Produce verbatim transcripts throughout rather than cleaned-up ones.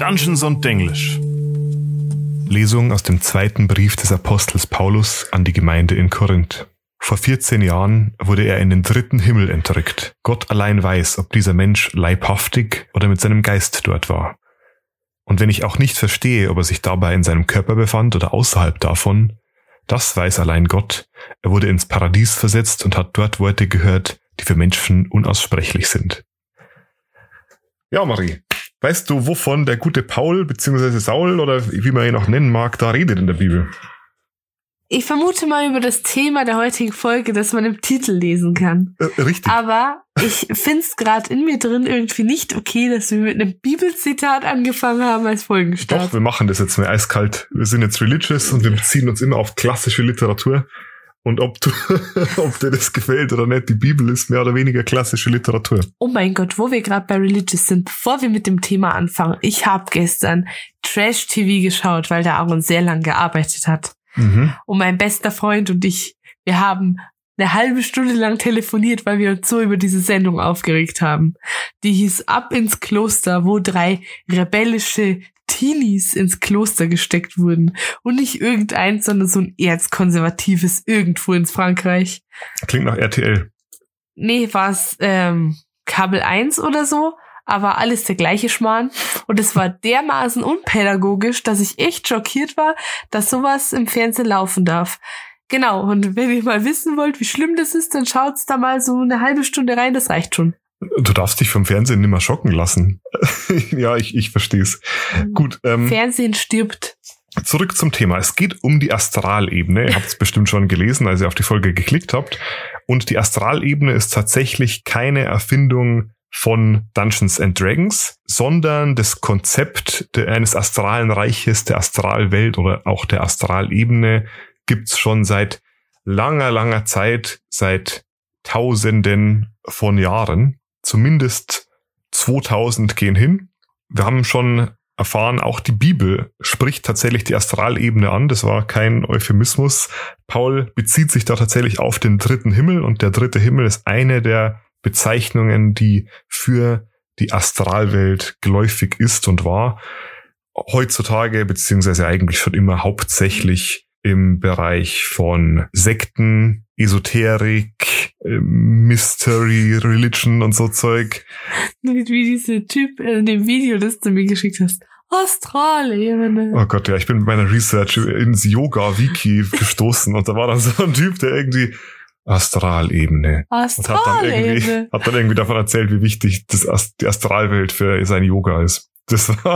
Dungeons und Denglisch. Lesung aus dem zweiten Brief des Apostels Paulus an die Gemeinde in Korinth. Vor vierzehn Jahren wurde er in den dritten Himmel entrückt. Gott allein weiß, ob dieser Mensch leibhaftig oder mit seinem Geist dort war. Und wenn ich auch nicht verstehe, ob er sich dabei in seinem Körper befand oder außerhalb davon, das weiß allein Gott. Er wurde ins Paradies versetzt und hat dort Worte gehört, die für Menschen unaussprechlich sind. Ja, Marie, weißt du, wovon der gute Paul bzw. Saul oder wie man ihn auch nennen mag, da redet in der Bibel? Ich vermute mal über das Thema der heutigen Folge, das man im Titel lesen kann. Äh, richtig. Aber ich find's gerade in mir drin irgendwie nicht okay, dass wir mit einem Bibelzitat angefangen haben als Folgenstart. Doch, wir machen das jetzt mal eiskalt. Wir sind jetzt religious und wir beziehen uns immer auf klassische Literatur. Und ob du, ob dir das gefällt oder nicht, die Bibel ist mehr oder weniger klassische Literatur. Oh mein Gott, wo wir gerade bei Religious sind, bevor wir mit dem Thema anfangen. Ich habe gestern Trash-T V geschaut, weil der Aaron sehr lang gearbeitet hat. Mhm. Und mein bester Freund und ich, wir haben eine halbe Stunde lang telefoniert, weil wir uns so über diese Sendung aufgeregt haben. Die hieß Ab ins Kloster, wo drei rebellische Teenies ins Kloster gesteckt wurden. Und nicht irgendeins, sondern so ein erzkonservatives irgendwo in Frankreich. Klingt nach R T L. Nee, war es ähm, Kabel eins oder so. Aber alles der gleiche Schmarrn. Und es war dermaßen unpädagogisch, dass ich echt schockiert war, dass sowas im Fernsehen laufen darf. Genau, und wenn ihr mal wissen wollt, wie schlimm das ist, dann schaut's da mal so eine halbe Stunde rein, das reicht schon. Du darfst dich vom Fernsehen nicht mehr schocken lassen. Ja, ich, ich verstehe es. Gut. Ähm, Fernsehen stirbt. Zurück zum Thema. Es geht um die Astralebene. Ihr habt es bestimmt schon gelesen, als ihr auf die Folge geklickt habt. Und die Astralebene ist tatsächlich keine Erfindung von Dungeons and Dragons, sondern das Konzept eines astralen Reiches, der Astralwelt oder auch der Astralebene gibt's schon seit langer, langer Zeit, seit Tausenden von Jahren. Zumindest zweitausend gehen hin. Wir haben schon erfahren, auch die Bibel spricht tatsächlich die Astralebene an. Das war kein Euphemismus. Paul bezieht sich da tatsächlich auf den dritten Himmel und der dritte Himmel ist eine der Bezeichnungen, die für die Astralwelt geläufig ist und war. Heutzutage, beziehungsweise eigentlich schon immer hauptsächlich im Bereich von Sekten, Esoterik, Mystery, Religion und so Zeug. Wie dieser Typ in dem Video, das du mir geschickt hast. Astralebene. Oh Gott, ja, ich bin mit meiner Research ins Yoga-Wiki gestoßen und da war dann so ein Typ, der irgendwie Astralebene. Astralebene. Und hat dann irgendwie, hat dann irgendwie davon erzählt, wie wichtig das, die Astralwelt für sein Yoga ist. Das war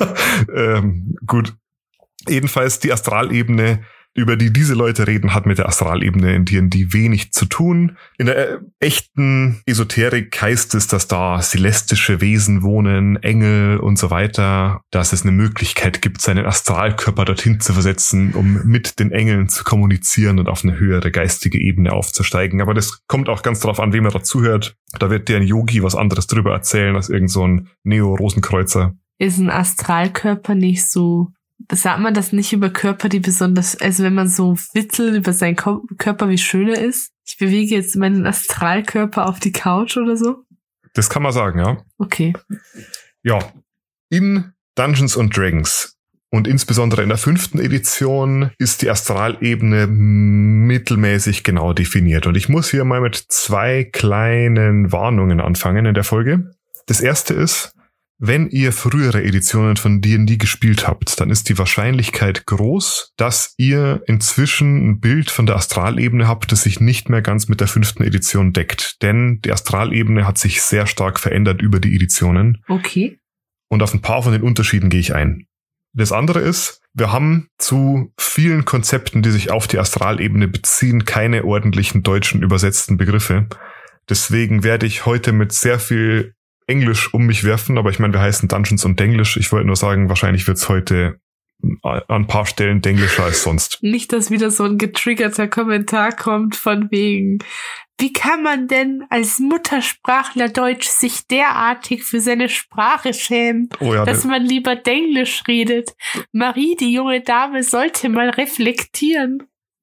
ähm, gut. Jedenfalls die Astralebene, über die diese Leute reden, hat mit der Astralebene in D und D wenig zu tun. In der äh, echten Esoterik heißt es, dass da celestische Wesen wohnen, Engel und so weiter, dass es eine Möglichkeit gibt, seinen Astralkörper dorthin zu versetzen, um mit den Engeln zu kommunizieren und auf eine höhere geistige Ebene aufzusteigen. Aber das kommt auch ganz darauf an, wem er da zuhört. Da wird dir ein Yogi was anderes drüber erzählen als irgend so ein Neo-Rosenkreuzer. Ist ein Astralkörper nicht so... Sagt man das nicht über Körper, die besonders, also wenn man so witzelt über seinen Ko- Körper, wie schön er ist? Ich bewege jetzt meinen Astralkörper auf die Couch oder so? Das kann man sagen, ja. Okay. Ja, in Dungeons and Dragons und insbesondere in der fünften Edition ist die Astralebene mittelmäßig genau definiert. Und ich muss hier mal mit zwei kleinen Warnungen anfangen in der Folge. Das erste ist, wenn ihr frühere Editionen von D und D gespielt habt, dann ist die Wahrscheinlichkeit groß, dass ihr inzwischen ein Bild von der Astralebene habt, das sich nicht mehr ganz mit der fünften Edition deckt. Denn die Astralebene hat sich sehr stark verändert über die Editionen. Okay. Und auf ein paar von den Unterschieden gehe ich ein. Das andere ist, wir haben zu vielen Konzepten, die sich auf die Astralebene beziehen, keine ordentlichen deutschen übersetzten Begriffe. Deswegen werde ich heute mit sehr viel Englisch um mich werfen, aber ich meine, wir heißen Dungeons und Denglisch. Ich wollte nur sagen, wahrscheinlich wird's heute an ein paar Stellen denglischer als sonst. Nicht, dass wieder so ein getriggerter Kommentar kommt von wegen, wie kann man denn als Muttersprachler Deutsch sich derartig für seine Sprache schämen, oh ja, dass man lieber Denglisch redet? Marie, die junge Dame, sollte mal reflektieren.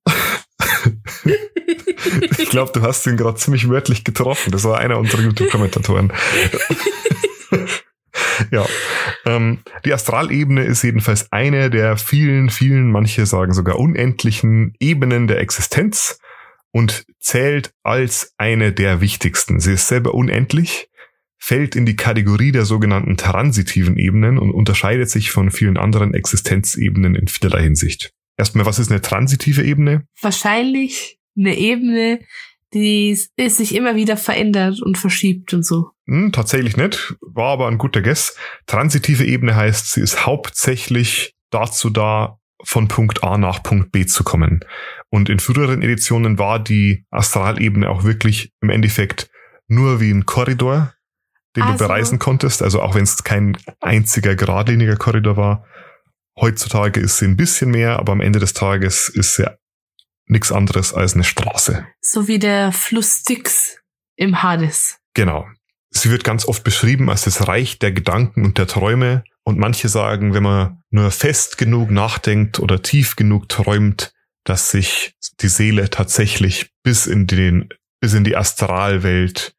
Ich glaube, du hast ihn gerade ziemlich wörtlich getroffen. Das war einer unserer YouTube-Kommentatoren. Ja, ähm, die Astralebene ist jedenfalls eine der vielen, vielen, manche sagen sogar unendlichen Ebenen der Existenz und zählt als eine der wichtigsten. Sie ist selber unendlich, fällt in die Kategorie der sogenannten transitiven Ebenen und unterscheidet sich von vielen anderen Existenzebenen in vielerlei Hinsicht. Erstmal, was ist eine transitive Ebene? Wahrscheinlich eine Ebene, die ist sich immer wieder verändert und verschiebt und so. Hm, tatsächlich nicht, war aber ein guter Guess. Transitive Ebene heißt, sie ist hauptsächlich dazu da, von Punkt A nach Punkt B zu kommen. Und in früheren Editionen war die Astralebene auch wirklich im Endeffekt nur wie ein Korridor, den also. du bereisen konntest. Also auch wenn es kein einziger geradliniger Korridor war. Heutzutage ist sie ein bisschen mehr, aber am Ende des Tages ist sie nichts anderes als eine Straße. So wie der Fluss Styx im Hades. Genau. Sie wird ganz oft beschrieben als das Reich der Gedanken und der Träume. Und manche sagen, wenn man nur fest genug nachdenkt oder tief genug träumt, dass sich die Seele tatsächlich bis in den, bis in die Astralwelt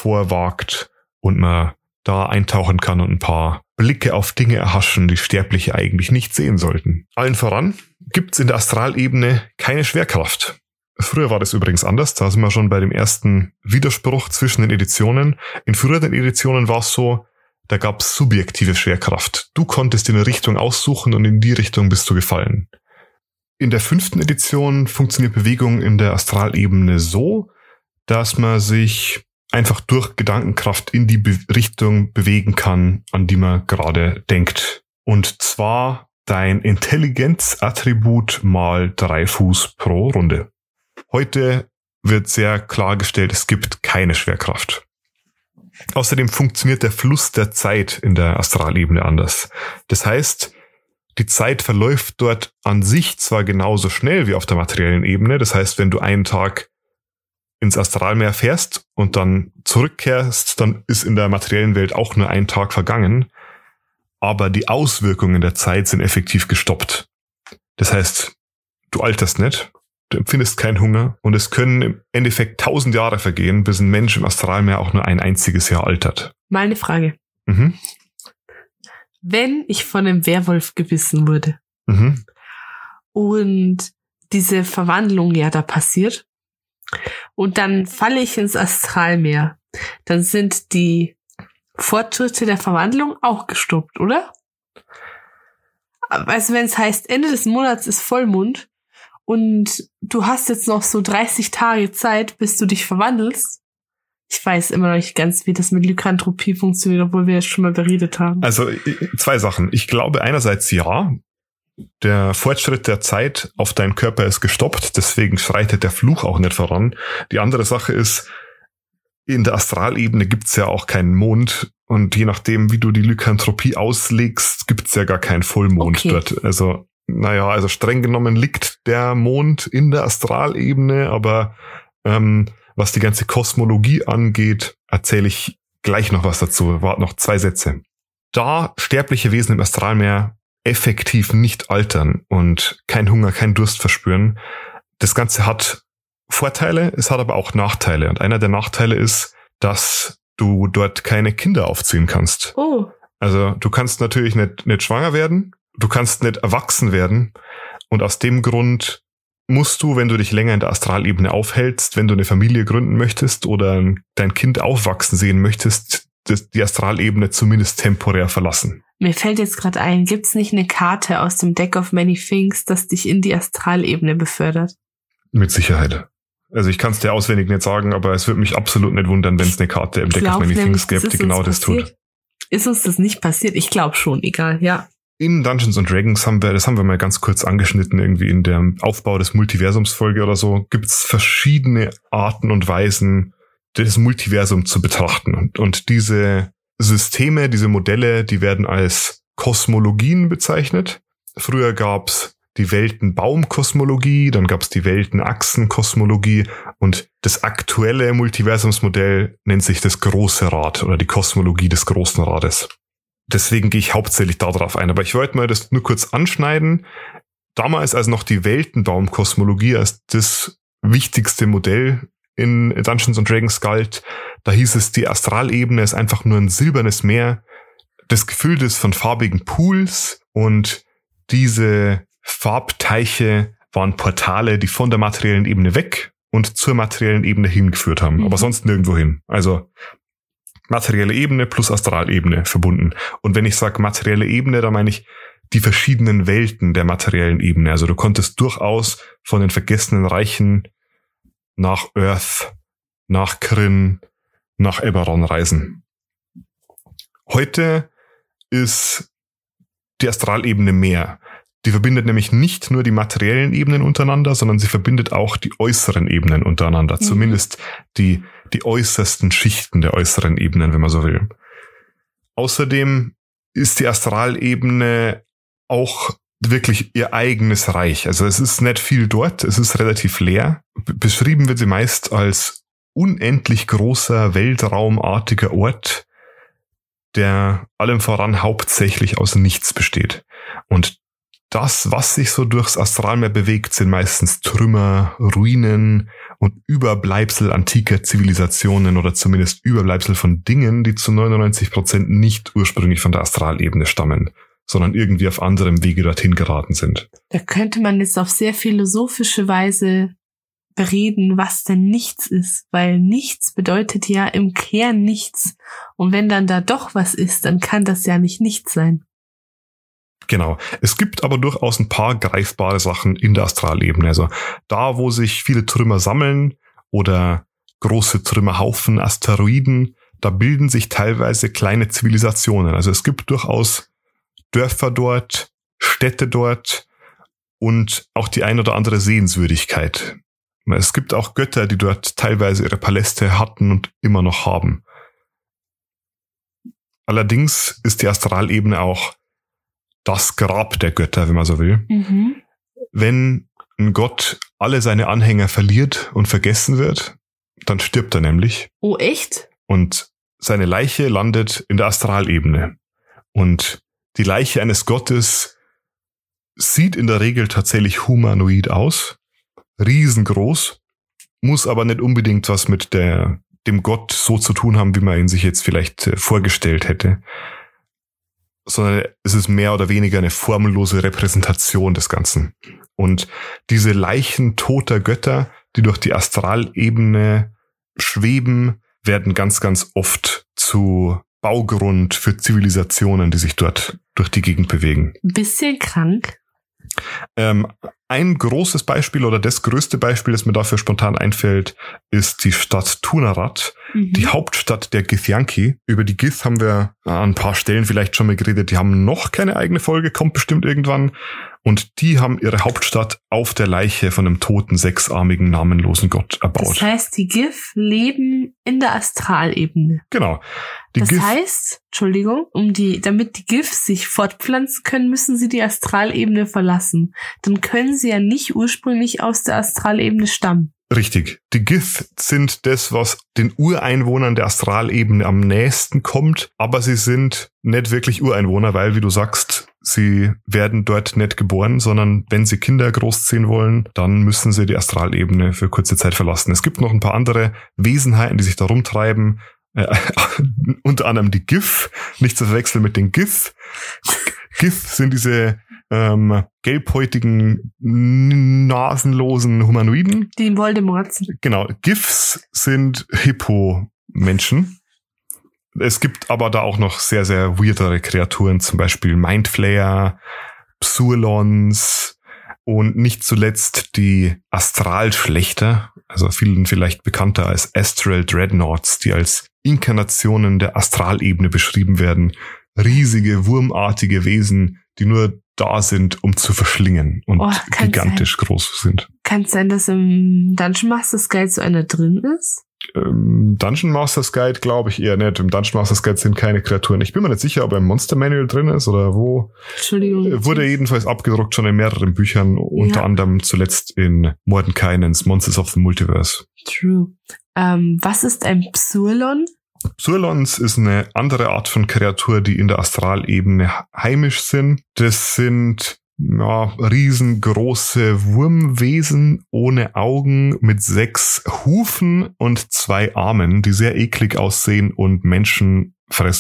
vorwagt und man da eintauchen kann und ein paar Blicke auf Dinge erhaschen, die Sterbliche eigentlich nicht sehen sollten. Allen voran gibt's in der Astralebene keine Schwerkraft. Früher war das übrigens anders, da sind wir schon bei dem ersten Widerspruch zwischen den Editionen. In früheren Editionen war es so, da gab's subjektive Schwerkraft. Du konntest dir eine Richtung aussuchen und in die Richtung bist du gefallen. In der fünften Edition funktioniert Bewegung in der Astralebene so, dass man sich einfach durch Gedankenkraft in die Be- Richtung bewegen kann, an die man gerade denkt. Und zwar dein Intelligenzattribut mal drei Fuß pro Runde. Heute wird sehr klargestellt, es gibt keine Schwerkraft. Außerdem funktioniert der Fluss der Zeit in der Astralebene anders. Das heißt, die Zeit verläuft dort an sich zwar genauso schnell wie auf der materiellen Ebene. Das heißt, wenn du einen Tag ins Astralmeer fährst und dann zurückkehrst, dann ist in der materiellen Welt auch nur ein Tag vergangen. Aber die Auswirkungen der Zeit sind effektiv gestoppt. Das heißt, du alterst nicht, du empfindest keinen Hunger und es können im Endeffekt tausend Jahre vergehen, bis ein Mensch im Astralmeer auch nur ein einziges Jahr altert. Mal eine Frage. Mhm. Wenn ich von einem Werwolf gebissen wurde mhm. und diese Verwandlung ja da passiert und dann falle ich ins Astralmeer, dann sind die Fortschritte der Verwandlung auch gestoppt, oder? Also wenn es heißt, Ende des Monats ist Vollmond und du hast jetzt noch so dreißig Tage Zeit, bis du dich verwandelst. Ich weiß immer noch nicht ganz, wie das mit Lykanthropie funktioniert, obwohl wir es schon mal beredet haben. Also zwei Sachen. Ich glaube einerseits ja, der Fortschritt der Zeit auf deinen Körper ist gestoppt, deswegen schreitet der Fluch auch nicht voran. Die andere Sache ist, in der Astralebene gibt's ja auch keinen Mond und je nachdem, wie du die Lykanthropie auslegst, gibt's ja gar keinen Vollmond okay. dort. Also, naja, also streng genommen liegt der Mond in der Astralebene, aber ähm, was die ganze Kosmologie angeht, erzähle ich gleich noch was dazu. Warte noch zwei Sätze. Da sterbliche Wesen im Astralmeer effektiv nicht altern und kein Hunger, kein Durst verspüren, das Ganze hat Vorteile, es hat aber auch Nachteile. Und einer der Nachteile ist, dass du dort keine Kinder aufziehen kannst. Oh. Also du kannst natürlich nicht, nicht schwanger werden, du kannst nicht erwachsen werden. Und aus dem Grund musst du, wenn du dich länger in der Astralebene aufhältst, wenn du eine Familie gründen möchtest oder dein Kind aufwachsen sehen möchtest, die Astralebene zumindest temporär verlassen. Mir fällt jetzt gerade ein, gibt's nicht eine Karte aus dem Deck of Many Things, das dich in die Astralebene befördert? Mit Sicherheit. Also ich kann es dir auswendig nicht sagen, aber es würde mich absolut nicht wundern, wenn es eine Karte im Deck of Many Things gäbe, die genau das tut. Ist uns das nicht passiert? Ich glaube schon, egal, ja. In Dungeons and Dragons haben wir, das haben wir mal ganz kurz angeschnitten, irgendwie in der Aufbau des Multiversums-Folge oder so, gibt's verschiedene Arten und Weisen, das Multiversum zu betrachten. Und, und diese Systeme, diese Modelle, die werden als Kosmologien bezeichnet. Früher gab's die Weltenbaum-Kosmologie, dann gab's die Weltenachsen-Kosmologie und das aktuelle Multiversumsmodell nennt sich das Große Rad oder die Kosmologie des Großen Rades. Deswegen gehe ich hauptsächlich darauf ein, aber ich wollte mal das nur kurz anschneiden. Damals, als noch die Weltenbaum-Kosmologie als das wichtigste Modell in Dungeons and Dragons galt, da hieß es, die Astralebene ist einfach nur ein silbernes Meer, das gefüllt ist von farbigen Pools und diese Farbteiche waren Portale, die von der materiellen Ebene weg und zur materiellen Ebene hingeführt haben, mhm. aber sonst nirgendwo hin. Also materielle Ebene plus Astralebene verbunden. Und wenn ich sage materielle Ebene, dann meine ich die verschiedenen Welten der materiellen Ebene. Also du konntest durchaus von den vergessenen Reichen nach Earth, nach Krynn, nach Eberron reisen. Heute ist die Astralebene mehr. Die verbindet nämlich nicht nur die materiellen Ebenen untereinander, sondern sie verbindet auch die äußeren Ebenen untereinander. Mhm. Zumindest die, die äußersten Schichten der äußeren Ebenen, wenn man so will. Außerdem ist die Astralebene auch wirklich ihr eigenes Reich. Also es ist nicht viel dort, es ist relativ leer. B- beschrieben wird sie meist als unendlich großer, weltraumartiger Ort, der allem voran hauptsächlich aus nichts besteht. Und das, was sich so durchs Astralmeer bewegt, sind meistens Trümmer, Ruinen und Überbleibsel antiker Zivilisationen oder zumindest Überbleibsel von Dingen, die zu neunundneunzig Prozent nicht ursprünglich von der Astralebene stammen, sondern irgendwie auf anderem Wege dorthin geraten sind. Da könnte man jetzt auf sehr philosophische Weise bereden, was denn nichts ist, weil nichts bedeutet ja im Kern nichts. Und wenn dann da doch was ist, dann kann das ja nicht nichts sein. Genau. Es gibt aber durchaus ein paar greifbare Sachen in der Astralebene. Also da, wo sich viele Trümmer sammeln oder große Trümmerhaufen, Asteroiden, da bilden sich teilweise kleine Zivilisationen. Also es gibt durchaus Dörfer dort, Städte dort und auch die ein oder andere Sehenswürdigkeit. Es gibt auch Götter, die dort teilweise ihre Paläste hatten und immer noch haben. Allerdings ist die Astralebene auch das Grab der Götter, wenn man so will. Mhm. Wenn ein Gott alle seine Anhänger verliert und vergessen wird, dann stirbt er nämlich. Oh, echt? Und seine Leiche landet in der Astralebene. Und die Leiche eines Gottes sieht in der Regel tatsächlich humanoid aus, riesengroß, muss aber nicht unbedingt was mit der, dem Gott so zu tun haben, wie man ihn sich jetzt vielleicht vorgestellt hätte, sondern es ist mehr oder weniger eine formellose Repräsentation des Ganzen. Und diese Leichen toter Götter, die durch die Astralebene schweben, werden ganz, ganz oft zu Baugrund für Zivilisationen, die sich dort durch die Gegend bewegen. Ein bisschen krank. Ähm, ein großes Beispiel oder das größte Beispiel, das mir dafür spontan einfällt, ist die Stadt Tunarat, mhm. die Hauptstadt der Githyanki. Über die Gith haben wir an ein paar Stellen vielleicht schon mal geredet. Die haben noch keine eigene Folge, kommt bestimmt irgendwann. Und die haben ihre Hauptstadt auf der Leiche von einem toten, sechsarmigen, namenlosen Gott erbaut. Das heißt, die Gith leben in der Astralebene. Genau. Die das Gith heißt, Entschuldigung, um die, damit die Gith sich fortpflanzen können, müssen sie die Astralebene verlassen. Dann können sie ja nicht ursprünglich aus der Astralebene stammen. Richtig. Die Gith sind das, was den Ureinwohnern der Astralebene am nächsten kommt, aber sie sind nicht wirklich Ureinwohner, weil, wie du sagst, sie werden dort nicht geboren, sondern wenn sie Kinder großziehen wollen, dann müssen sie die Astralebene für kurze Zeit verlassen. Es gibt noch ein paar andere Wesenheiten, die sich da rumtreiben, äh, unter anderem die Gith, nicht zu verwechseln mit den Gith. Gith sind diese ähm, gelbhäutigen, nasenlosen Humanoiden. Die in Voldemort sind. Genau, Giths sind Hippo-Menschen. Es gibt aber da auch noch sehr, sehr weirdere Kreaturen, zum Beispiel Mindflayer, Psurlons und nicht zuletzt die Astralschlechter, also vielen vielleicht bekannter als Astral Dreadnoughts, die als Inkarnationen der Astralebene beschrieben werden. Riesige, wurmartige Wesen, die nur da sind, um zu verschlingen und oh, gigantisch sein. groß sind. Kann es sein, dass im Dungeon Master's Guide so einer drin ist? Ähm, Dungeon Master's Guide glaube ich eher nicht. Im Dungeon Master's Guide sind keine Kreaturen. Ich bin mir nicht sicher, ob er im Monster Manual drin ist oder wo. Entschuldigung. Wurde jedenfalls abgedruckt schon in mehreren Büchern, unter ja. anderem zuletzt in Mordenkainens Monsters of the Multiverse. True. Ähm, was ist ein Psurlon? Psurlons ist eine andere Art von Kreatur, die in der Astralebene heimisch sind. Das sind ja, riesengroße Wurmwesen ohne Augen mit sechs Hufen und zwei Armen, die sehr eklig aussehen und Menschen fressen.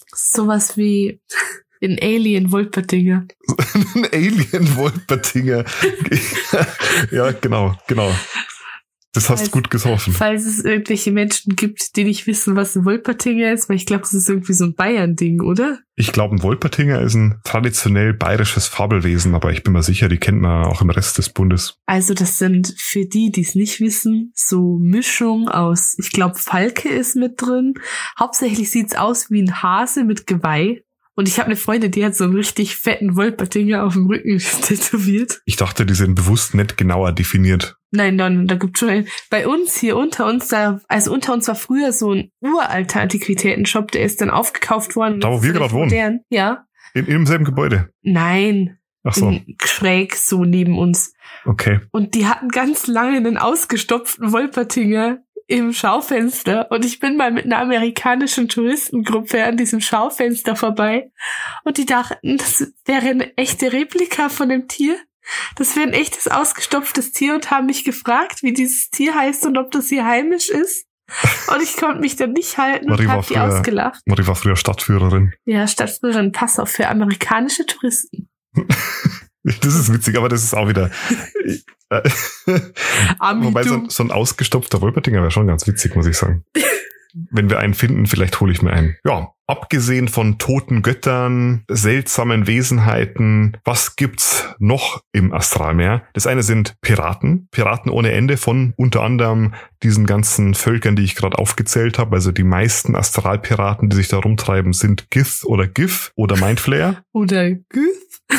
Sowas wie in Alien Wolpertinger. Ein Alien Wolpertinger. Ja, genau, genau. Das hast du gut getroffen. Falls es irgendwelche Menschen gibt, die nicht wissen, was ein Wolpertinger ist, weil ich glaube, das ist irgendwie so ein Bayern-Ding, oder? Ich glaube, ein Wolpertinger ist ein traditionell bayerisches Fabelwesen, aber ich bin mir sicher, die kennt man auch im Rest des Bundes. Also das sind für die, die es nicht wissen, so Mischung aus, ich glaube, Falke ist mit drin. Hauptsächlich sieht's aus wie ein Hase mit Geweih. Und ich habe eine Freundin, die hat so einen richtig fetten Wolpertinger auf dem Rücken tätowiert. Ich dachte, die sind bewusst nicht genauer definiert. Nein, nein, da gibt's schon einen. Bei uns hier unter uns, da, also unter uns war früher so ein uralter Antiquitätenshop, der ist dann aufgekauft worden. Da, wo wir gerade wohnen? Ja. In, in demselben Gebäude? Nein. Ach so. Schräg so neben uns. Okay. Und die hatten ganz lange einen ausgestopften Wolpertinger im Schaufenster und ich bin mal mit einer amerikanischen Touristengruppe an diesem Schaufenster vorbei und die dachten, das wäre eine echte Replika von dem Tier. Das wäre ein echtes ausgestopftes Tier und haben mich gefragt, wie dieses Tier heißt und ob das hier heimisch ist. Und ich konnte mich dann nicht halten Marie und habe die ausgelacht. Marie war früher Stadtführerin. Ja, Stadtführerin, pass auf, für amerikanische Touristen. Das ist witzig, aber das ist auch wieder... Wobei so, so ein ausgestopfter Wolpertinger wäre schon ganz witzig, muss ich sagen. Wenn wir einen finden, vielleicht hole ich mir einen. Ja, abgesehen von toten Göttern, seltsamen Wesenheiten, was gibt's noch im Astralmeer? Das eine sind Piraten, Piraten ohne Ende von unter anderem diesen ganzen Völkern, die ich gerade aufgezählt habe. Also die meisten Astralpiraten, die sich da rumtreiben, sind Gith oder Gif oder Mindflayer. Oder Gith.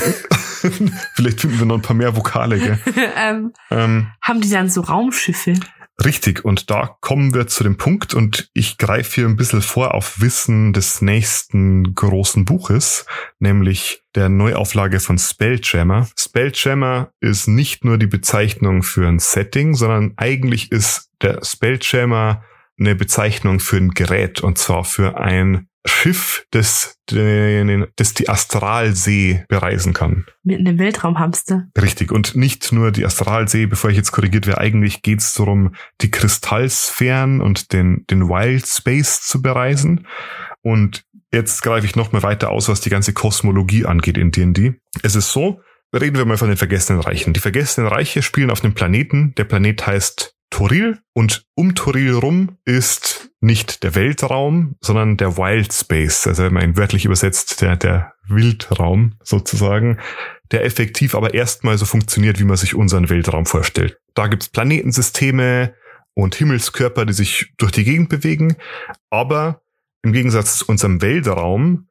Vielleicht finden wir noch ein paar mehr Vokale, gell? ähm, ähm, haben die dann so Raumschiffe? Richtig, und da kommen wir zu dem Punkt und ich greife hier ein bisschen vor auf Wissen des nächsten großen Buches, nämlich der Neuauflage von Spelljammer. Spelljammer ist nicht nur die Bezeichnung für ein Setting, sondern eigentlich ist der Spelljammer eine Bezeichnung für ein Gerät, und zwar für ein Schiff, das, den, das die Astralsee bereisen kann. Mit einem Weltraumhamster. Richtig. Und nicht nur die Astralsee, bevor ich jetzt korrigiert werde, eigentlich geht es darum, die Kristallsphären und den, den Wild Space zu bereisen. Und jetzt greife ich noch mal weiter aus, was die ganze Kosmologie angeht in D und D. Es ist so, reden wir mal von den Vergessenen Reichen. Die Vergessenen Reiche spielen auf einem Planeten. Der Planet heißt Toril, und um Toril rum ist nicht der Weltraum, sondern der Wild Space, also wenn man ihn wörtlich übersetzt, der, der Wildraum sozusagen, der effektiv aber erstmal so funktioniert, wie man sich unseren Weltraum vorstellt. Da gibt's Planetensysteme und Himmelskörper, die sich durch die Gegend bewegen, aber im Gegensatz zu unserem Weltraum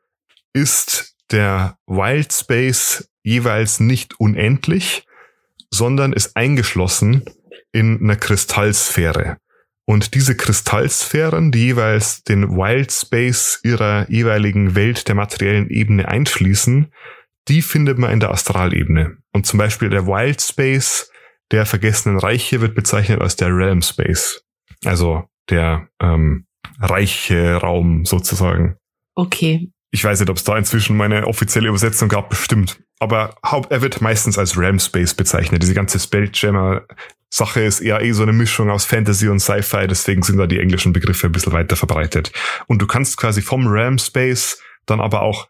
ist der Wild Space jeweils nicht unendlich, sondern ist eingeschlossen in einer Kristallsphäre. Und diese Kristallsphären, die jeweils den Wild Space ihrer jeweiligen Welt der materiellen Ebene einschließen, die findet man in der Astralebene. Und zum Beispiel der Wild Space der Vergessenen Reiche wird bezeichnet als der Realm Space. Also der ähm, reiche Raum sozusagen. Okay. Ich weiß nicht, ob es da inzwischen meine offizielle Übersetzung gab, bestimmt. Aber er wird meistens als Realm Space bezeichnet. Diese ganze Spelljammer-Sache ist eher eh so eine Mischung aus Fantasy und Sci-Fi, deswegen sind da die englischen Begriffe ein bisschen weiter verbreitet. Und du kannst quasi vom Realm Space dann aber auch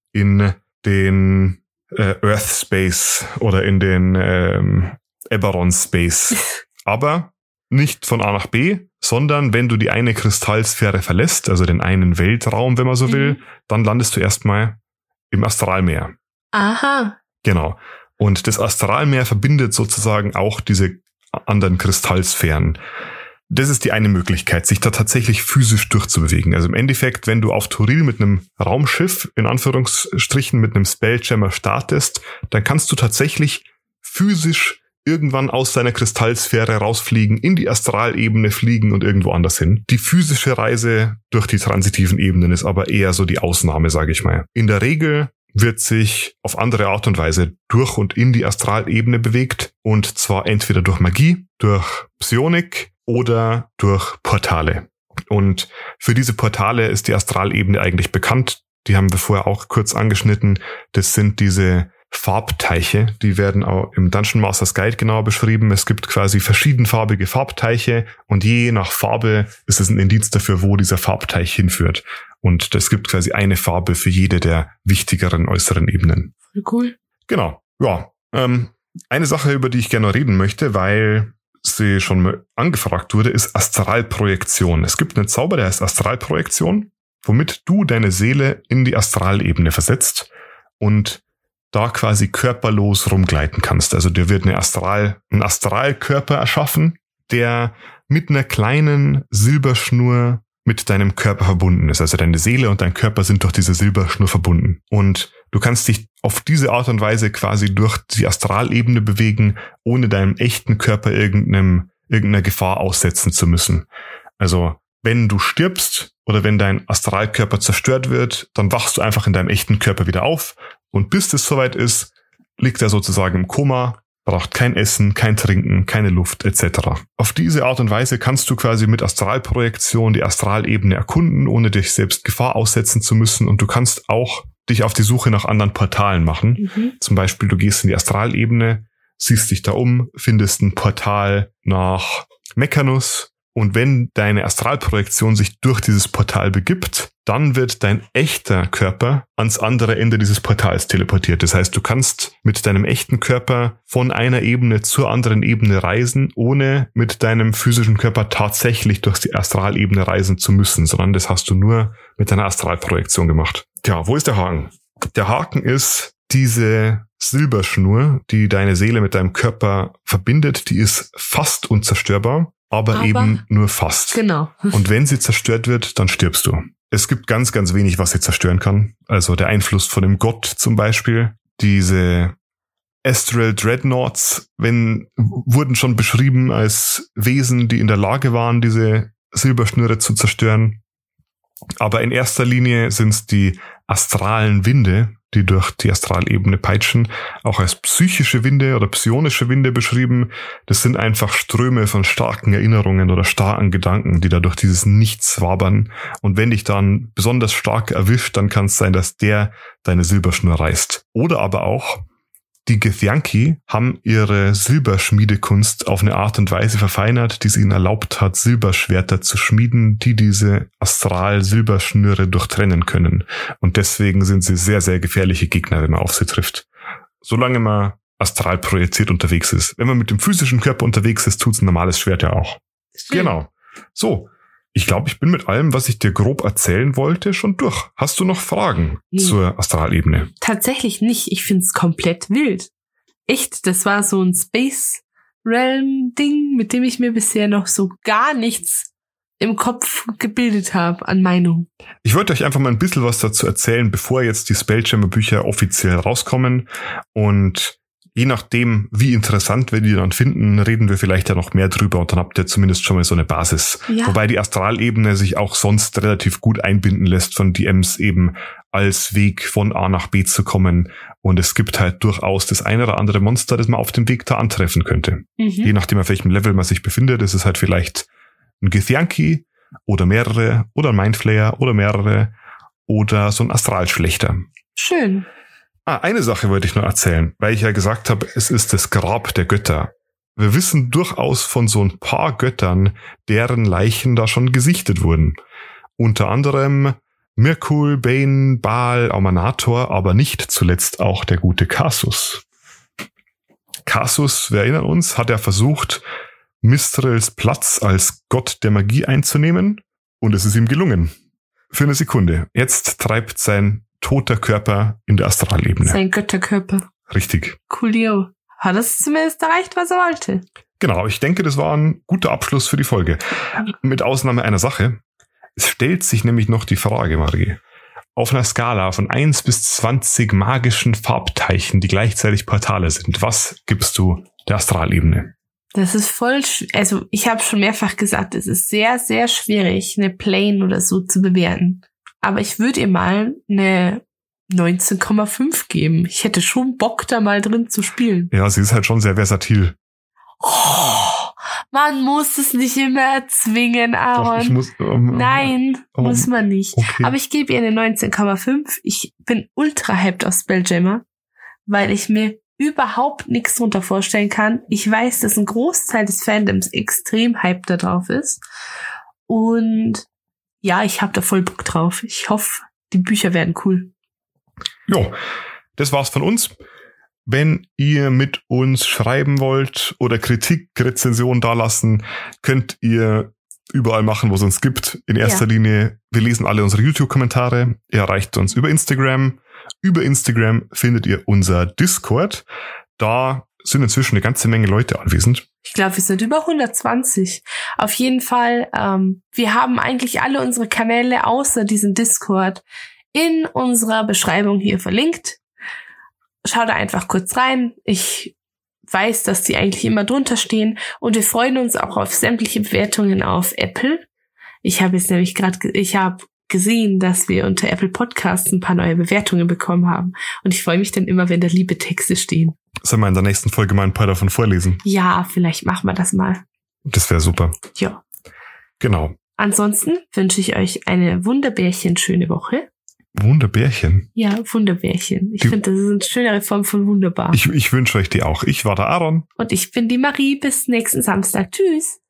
in den äh, Earth Space oder in den ähm, Eberron Space. Aber nicht von A nach B, sondern wenn du die eine Kristallsphäre verlässt, also den einen Weltraum, wenn man so will, mhm. dann landest du erstmal im Astralmeer. Aha. Genau. Und das Astralmeer verbindet sozusagen auch diese anderen Kristallsphären. Das ist die eine Möglichkeit, sich da tatsächlich physisch durchzubewegen. Also im Endeffekt, wenn du auf Toril mit einem Raumschiff, in Anführungsstrichen mit einem Spelljammer startest, dann kannst du tatsächlich physisch irgendwann aus seiner Kristallsphäre rausfliegen, in die Astralebene fliegen und irgendwo anders hin. Die physische Reise durch die transitiven Ebenen ist aber eher so die Ausnahme, sage ich mal. In der Regel wird sich auf andere Art und Weise durch und in die Astralebene bewegt, und zwar entweder durch Magie, durch Psionik oder durch Portale. Und für diese Portale ist die Astralebene eigentlich bekannt. Die haben wir vorher auch kurz angeschnitten. Das sind diese Farbteiche. Die werden auch im Dungeon Masters Guide genauer beschrieben. Es gibt quasi verschiedenfarbige Farbteiche und je nach Farbe ist es ein Indiz dafür, wo dieser Farbteich hinführt. Und es gibt quasi eine Farbe für jede der wichtigeren äußeren Ebenen. Cool. Genau. Ja. Ähm, eine Sache, über die ich gerne reden möchte, weil sie schon mal angefragt wurde, ist Astralprojektion. Es gibt einen Zauber, der heißt Astralprojektion, womit du deine Seele in die Astralebene versetzt und da quasi körperlos rumgleiten kannst. Also dir wird eine Astral, ein Astralkörper erschaffen, der mit einer kleinen Silberschnur mit deinem Körper verbunden ist. Also deine Seele und dein Körper sind durch diese Silberschnur verbunden. Und du kannst dich auf diese Art und Weise quasi durch die Astralebene bewegen, ohne deinem echten Körper irgendeinem, irgendeiner Gefahr aussetzen zu müssen. Also wenn du stirbst oder wenn dein Astralkörper zerstört wird, dann wachst du einfach in deinem echten Körper wieder auf. Und bis es soweit ist, liegt er sozusagen im Koma, braucht kein Essen, kein Trinken, keine Luft et cetera. Auf diese Art und Weise kannst du quasi mit Astralprojektion die Astralebene erkunden, ohne dich selbst Gefahr aussetzen zu müssen. Und du kannst auch dich auf die Suche nach anderen Portalen machen. Mhm. Zum Beispiel, du gehst in die Astralebene, siehst dich da um, findest ein Portal nach Mechanus. Und wenn deine Astralprojektion sich durch dieses Portal begibt, dann wird dein echter Körper ans andere Ende dieses Portals teleportiert. Das heißt, du kannst mit deinem echten Körper von einer Ebene zur anderen Ebene reisen, ohne mit deinem physischen Körper tatsächlich durch die Astralebene reisen zu müssen, sondern das hast du nur mit deiner Astralprojektion gemacht. Tja, wo ist der Haken? Der Haken ist diese Silberschnur, die deine Seele mit deinem Körper verbindet, die ist fast unzerstörbar. Aber, aber eben nur fast. Genau. Und wenn sie zerstört wird, dann stirbst du. Es gibt ganz, ganz wenig, was sie zerstören kann. Also der Einfluss von dem Gott zum Beispiel. Diese Astral Dreadnoughts, wenn, wurden schon beschrieben als Wesen, die in der Lage waren, diese Silberschnüre zu zerstören. Aber in erster Linie sind es die astralen Winde, die durch die Astralebene peitschen, auch als psychische Winde oder psionische Winde beschrieben. Das sind einfach Ströme von starken Erinnerungen oder starken Gedanken, die da durch dieses Nichts wabern. Und wenn dich dann besonders stark erwischt, dann kann es sein, dass der deine Silberschnur reißt. Oder aber auch, die Githyanki haben ihre Silberschmiedekunst auf eine Art und Weise verfeinert, die es ihnen erlaubt hat, Silberschwerter zu schmieden, die diese Astral-Silberschnüre durchtrennen können. Und deswegen sind sie sehr, sehr gefährliche Gegner, wenn man auf sie trifft. Solange man astral projiziert unterwegs ist. Wenn man mit dem physischen Körper unterwegs ist, tut's ein normales Schwert ja auch. Schön. Genau. So. Ich glaube, ich bin mit allem, was ich dir grob erzählen wollte, schon durch. Hast du noch Fragen nee. zur Astralebene? Tatsächlich nicht. Ich find's komplett wild. Echt, das war so ein Space Realm Ding, mit dem ich mir bisher noch so gar nichts im Kopf gebildet habe an Meinung. Ich wollte euch einfach mal ein bisschen was dazu erzählen, bevor jetzt die Spelljammer Bücher offiziell rauskommen. Und je nachdem, wie interessant wir die dann finden, reden wir vielleicht ja noch mehr drüber und dann habt ihr zumindest schon mal so eine Basis. Ja. Wobei die Astralebene sich auch sonst relativ gut einbinden lässt von D Ms eben als Weg von A nach B zu kommen. Und es gibt halt durchaus das eine oder andere Monster, das man auf dem Weg da antreffen könnte. Mhm. Je nachdem, auf welchem Level man sich befindet, ist es halt vielleicht ein Githyanki oder mehrere oder ein Mindflayer oder mehrere oder so ein Astralschlechter. Schön. Ah, eine Sache wollte ich noch erzählen, weil ich ja gesagt habe, es ist das Grab der Götter. Wir wissen durchaus von so ein paar Göttern, deren Leichen da schon gesichtet wurden. Unter anderem Mirkul, Bane, Baal, Aumanator, aber nicht zuletzt auch der gute Kasus. Kasus, wir erinnern uns, hat ja versucht, Mistrils Platz als Gott der Magie einzunehmen und es ist ihm gelungen. Für eine Sekunde. Jetzt treibt sein toter Körper in der Astralebene. Sein Götterkörper. Richtig. Coolio. Hat es zumindest erreicht, was er wollte. Genau, ich denke, das war ein guter Abschluss für die Folge. Mit Ausnahme einer Sache. Es stellt sich nämlich noch die Frage, Marie. Auf einer Skala von eins bis zwanzig magischen Farbteichen, die gleichzeitig Portale sind, was gibst du der Astralebene? Das ist voll, sch- also ich habe schon mehrfach gesagt, es ist sehr, sehr schwierig, eine Plane oder so zu bewerten. Aber ich würde ihr mal eine neunzehn Komma fünf geben. Ich hätte schon Bock, da mal drin zu spielen. Ja, sie ist halt schon sehr versatil. Oh, man muss es nicht immer erzwingen, Aaron. Doch, ich muss, um, Nein, um, muss man nicht. Okay. Aber ich gebe ihr eine neunzehn Komma fünf. Ich bin ultra hyped auf Spelljammer, weil ich mir überhaupt nichts drunter vorstellen kann. Ich weiß, dass ein Großteil des Fandoms extrem hyped da drauf ist. Und ja, ich habe da voll Bock drauf. Ich hoffe, die Bücher werden cool. Jo, das war's von uns. Wenn ihr mit uns schreiben wollt oder Kritik, Rezension dalassen, könnt ihr überall machen, wo es uns gibt. In erster ja. Linie, wir lesen alle unsere YouTube-Kommentare. Ihr erreicht uns über Instagram. Über Instagram findet ihr unser Discord. Da sind inzwischen eine ganze Menge Leute anwesend. Ich glaube, wir sind über hundertzwanzig. Auf jeden Fall, ähm, wir haben eigentlich alle unsere Kanäle außer diesen Discord in unserer Beschreibung hier verlinkt. Schau da einfach kurz rein. Ich weiß, dass die eigentlich immer drunter stehen. Und wir freuen uns auch auf sämtliche Bewertungen auf Apple. Ich habe jetzt nämlich gerade, ge- ich habe gesehen, dass wir unter Apple Podcasts ein paar neue Bewertungen bekommen haben. Und ich freue mich dann immer, wenn da liebe Texte stehen. Sollen wir in der nächsten Folge mal ein paar davon vorlesen? Ja, vielleicht machen wir das mal. Das wäre super. Ja. Genau. Ansonsten wünsche ich euch eine wunderbärchen schöne Woche. Wunderbärchen? Ja, Wunderbärchen. Ich finde, das ist eine schönere Form von wunderbar. Ich, ich wünsche euch die auch. Ich war der Aaron. Und ich bin die Marie. Bis nächsten Samstag. Tschüss.